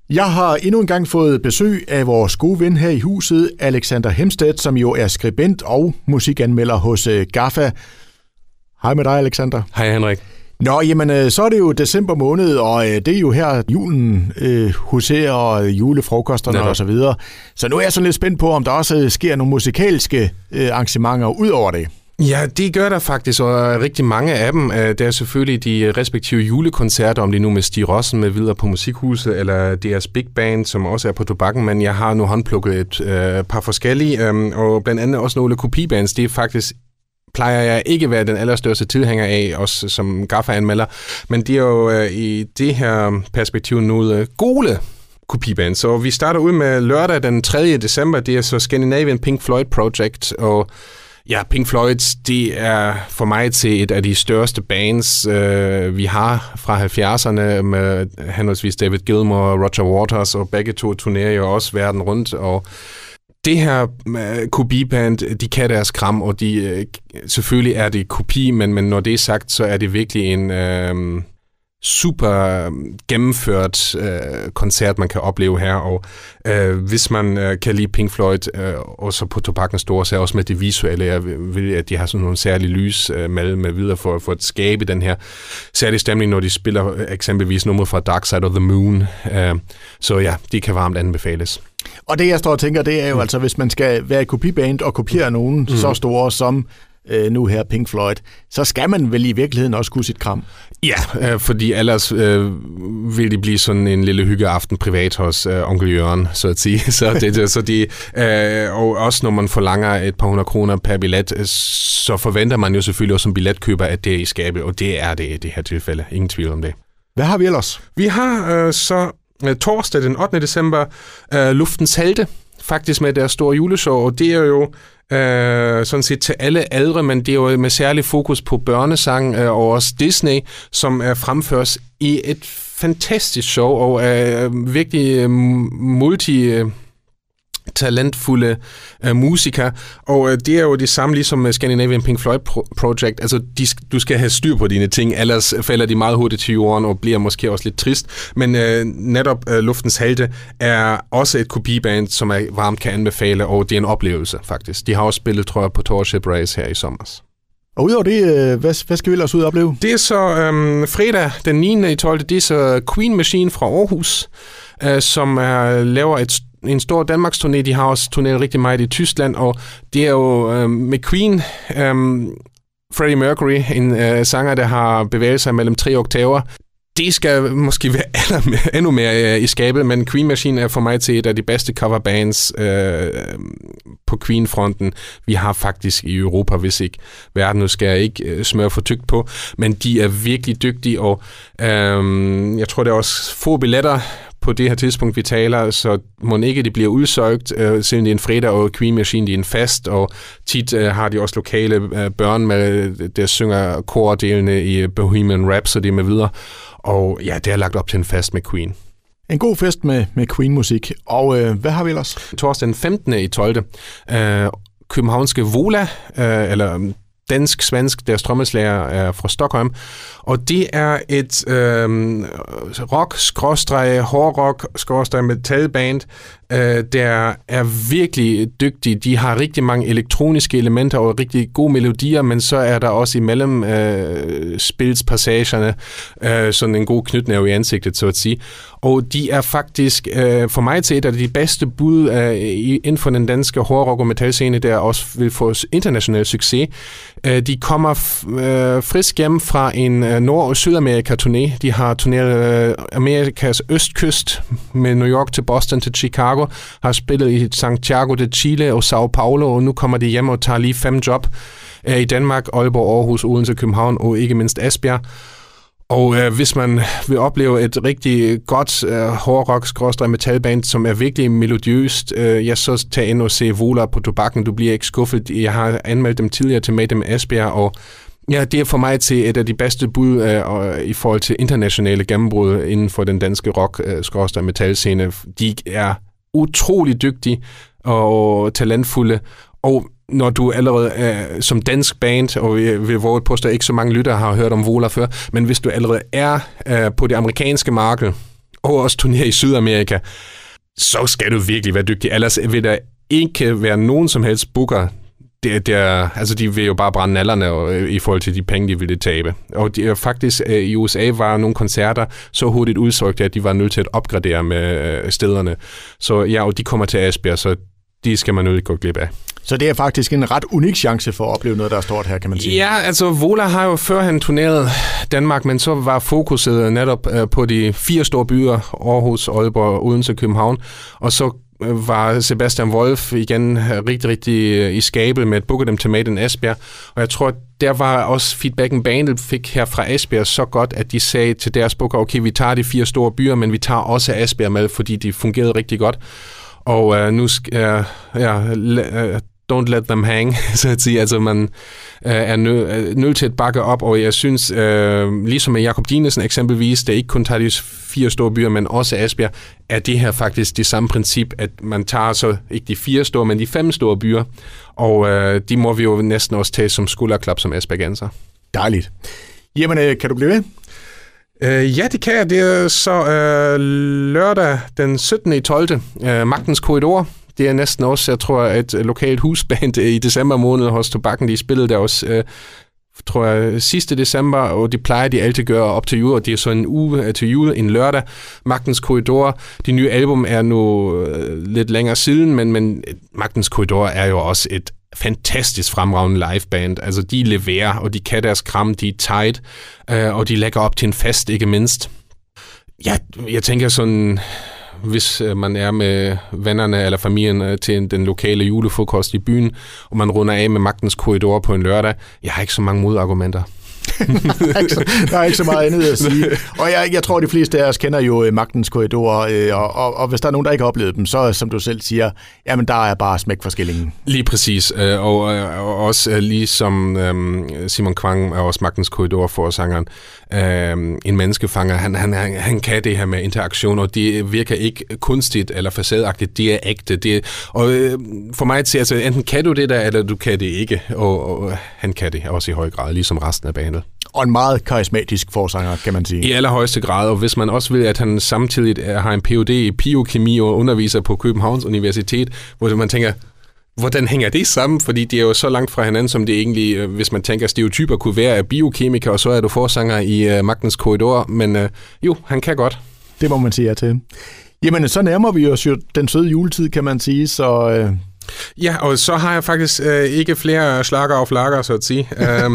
Jeg har endnu en gang fået besøg af vores gode ven her i huset, Alexander Hemstedt, som jo er skribent og musikanmelder hos GAFFA. Hej med dig, Alexander. Hej, Henrik. Nå, jamen, så er det jo december måned, og det er jo her julen huserer og julefrokosterne og så videre. Så nu er jeg sådan lidt spændt på, om der også sker nogle musikalske arrangementer ud over det. Ja, det gør der faktisk, og rigtig mange af dem. Der er selvfølgelig de respektive julekoncerter, om det nu med Stig Rossen med videre på Musikhuset, eller deres Big Band, som også er på Tobakken, men jeg har nu håndplukket et par forskellige, og blandt andet også nogle kopibands. Det er faktisk plejer jeg ikke være den allerstørste tilhænger af, også som GAFFA-anmelder, men det er jo i det her perspektiv nogle gode kopiband. Så vi starter ud med lørdag den 3. december, det er så Scandinavian Pink Floyd Project, og ja, Pink Floyd, det er for mig til et af de største bands, vi har fra 70'erne, med henholdsvis David Gilmour og Roger Waters, og begge to turnerer jo også verden rundt, og det her kopiband, de kan deres kram, og de selvfølgelig er det kopi, men når det er sagt, så er det virkelig en super gennemført koncert, man kan opleve her, og hvis man kan lide Pink Floyd, og så på Tobakken Store, så også med det visuelle, jeg vil, at de har sådan nogle særlige lys med videre for at skabe den her særlige stemning, når de spiller eksempelvis nummer fra Dark Side of the Moon. Så ja, det kan varmt anbefales. Og det, jeg står og tænker, det er jo altså, hvis man skal være et kopiband og kopiere nogen så store som nu her Pink Floyd, så skal man vel i virkeligheden også kunne sit kram. Ja, fordi ellers vil det blive sådan en lille hyggeaften privat hos onkel Jørgen, så at sige. Og også når man forlanger et par 100 kroner per billet, så forventer man jo selvfølgelig også som billetkøber, at det er i skabet, og det er det i det her tilfælde. Ingen tvivl om det. Hvad har vi ellers? Vi har så torsdag den 8. december Luftens Helte, faktisk med deres store juleshow, og det er jo sådan set til alle aldre, men det er jo med særlig fokus på børnesang og også Disney, som fremføres i et fantastisk show og virkelig talentfulde musikere, og det er jo det samme ligesom med Scandinavian Pink Floyd Project. Altså, du skal have styr på dine ting, ellers falder de meget hurtigt til jorden og bliver måske også lidt trist. Men netop Luftens Helte er også et kopiband, som jeg varmt kan anbefale, og det er en oplevelse, faktisk. De har også spillet, tror jeg, på Torship Race her i sommer. Og udover det, hvad skal vi ellers ud og opleve? Det er så fredag den 9. i 12. Det er så Queen Machine fra Aarhus, som laver en stor Danmarks turné. De har også turneret rigtig meget i Tyskland, og det er jo med Queen, Freddie Mercury, en sanger, der har bevæget sig mellem 3 oktaver. Det skal måske være endnu mere i skabet, men Queen Machine er for mig til et af de bedste coverbands på Queen-fronten. Vi har faktisk i Europa, hvis ikke verden, nu skal jeg ikke smøre for tykt på, men de er virkelig dygtige, og jeg tror, der er også få billetter på det her tidspunkt, vi taler, så må ikke det bliver udsolgt, siden det er en fredag, og Queen Machine, det er en fest, og tit har de også lokale børn med, der synger kordelene i Bohemian Rhapsody med videre, og ja, det er lagt op til en fest med Queen. En god fest med Queen-musik, og hvad har vi ellers? Torsdag den 15. i 12. Københavnske Vola, eller dansk-svensk, deres trommeslager er fra Stockholm, og det er et rock-hårdrock-metalband, der er virkelig dygtige. De har rigtig mange elektroniske elementer og rigtig gode melodier, men så er der også imellem spilspassagerne sådan en god knytnæve i ansigtet, så at sige. Og de er faktisk for mig til et af de bedste bud inden for den danske hårdrock- og metalscene, der også vil få international succes. De kommer frisk hjem fra en Nord- og Sydamerika-turné. De har turneret Amerikas østkyst med New York til Boston til Chicago, har spillet i Santiago de Chile og Sao Paulo, og nu kommer de hjem og tager lige 5 job i Danmark, Aalborg, Aarhus, Odense, København og ikke mindst Esbjerg. Og hvis man vil opleve et rigtig godt hårdrock-metalband, som er virkelig melodiøst, så tag ind og se Vola på Tobakken. Du bliver ikke skuffet. Jeg har anmeldt dem tidligere til Made in Esbjerg, og ja, det er for mig til et af de bedste bud i forhold til internationale gennembrud inden for den danske rock-metalscene. De er utrolig dygtige og talentfulde, og når du allerede som dansk band, og vi vil våge på, at ikke så mange lyttere har hørt om Vola før, men hvis du allerede er på det amerikanske marked, og også turnere i Sydamerika, så skal du virkelig være dygtig. Ellers vil der ikke være nogen som helst booker. Altså, de vil jo bare brænde nallerne i forhold til de penge, de ville tabe. Og faktisk i USA var nogle koncerter så hurtigt udsolgt, at de var nødt til at opgradere med stederne. Så ja, og de kommer til Esbjerg, så de skal man nødt gå glip af. Så det er faktisk en ret unik chance for at opleve noget, der er stort her, kan man sige. Ja, altså Vola har jo førhen turneret Danmark, men så var fokuset netop på de 4 store byer, Aarhus, Aalborg, Odense, København, og så var Sebastian Wolf igen rigtig i skabet med at booke dem til Made in Esbjerg. Og jeg tror, der var også feedbacken, bandet fik her fra Esbjerg så godt, at de sagde til deres booker, okay, vi tager de 4 store byer, men vi tager også Esbjerg med, fordi de fungerede rigtig godt. Og nu don't let them hang, så at sige. Altså, man er nødt til at bakke op, og jeg synes, ligesom med Jakob Dinesen eksempelvis, det ikke kun tager de 4 store byer, men også Esbjerg, er det her faktisk det samme princip, at man tager så ikke de 4 store, men de 5 store byer, og de må vi jo næsten også tage som skulderklap som esbjergenser. Dejligt. Jamen, kan du blive ved? Ja, det kan jeg. Det er så lørdag den 17.12. Magtens Korridor. Det er næsten også, jeg tror, et lokalt husband i december måned hos Tobakken. De spillede der også, tror jeg, sidste december, og de plejer de altid gøre op til jul, og det er så en uge til jul, en lørdag. Magtens Korridor. De nye album er nu lidt længere siden, men Magtens Korridor er jo også et fantastisk fremragende liveband. Altså, de leverer, og de kan deres kram, de er tight, og de lægger op til en fest, ikke mindst. Ja, jeg tænker sådan, hvis man er med vennerne eller familien til den lokale julefrokost i byen, og man runder af med Magtens Korridor på en lørdag, jeg har ikke så mange modargumenter. Der er ikke så meget andet at sige. Og jeg tror, de fleste af os kender jo Magtens Korridor, og hvis der er nogen, der ikke har oplevet dem, så som du selv siger, jamen der er bare smæk for skillingen. Lige præcis. Og også ligesom Simon Kvang er også Magtens Korridor forsangeren. En menneskefanger, han kan det her med interaktion, og det virker ikke kunstigt eller facadeagtigt, det er ægte. Og for mig at sige, altså, enten kan du det der, eller du kan det ikke, og han kan det også i høj grad, ligesom resten af banen. Og en meget karismatisk forsanger, kan man sige. I allerhøjeste grad, og hvis man også vil, at han samtidig har en Ph.D. i biokemi og underviser på Københavns Universitet, hvor man tænker, hvordan hænger det sammen? Fordi det er jo så langt fra hinanden, som det egentlig, hvis man tænker, stereotyper kunne være af biokemiker, og så er du forsanger i Magtens Korridor, men jo, han kan godt. Det må man sige ja til. Jamen, så nærmer vi os jo den søde juletid, kan man sige, så... Ja, og så har jeg faktisk ikke flere slakker og flakker, så at sige.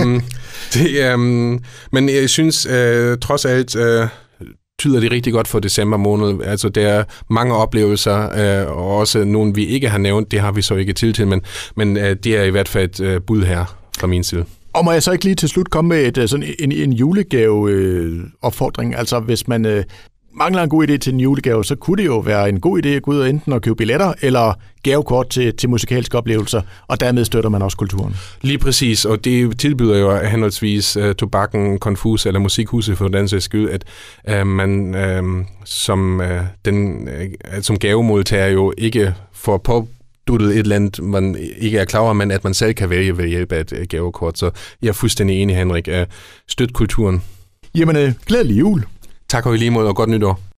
Men jeg synes trods alt tyder det rigtig godt for december måned. Altså, der er mange oplevelser, og også nogle, vi ikke har nævnt. Det har vi så ikke til, men det er i hvert fald et bud her fra min side. Og må jeg så ikke lige til slut komme med sådan en julegave-opfordring? Altså, hvis man... mangler en god idé til en julegave, så kunne det jo være en god idé at gå ud og enten at købe billetter eller gavekort til musikalske oplevelser, og dermed støtter man også kulturen. Lige præcis, og det tilbyder jo henholdsvis Tobakken, Confus eller Musikhuset for den sags skyld, at man som gavemodtager jo ikke får påduttet et eller andet, man ikke er klar over, men at man selv kan vælge ved hjælp af et gavekort. Så jeg er fuldstændig enig, Henrik. Støt kulturen. Jamen, glædelig jul. Tak og i lige måde, og godt nytår.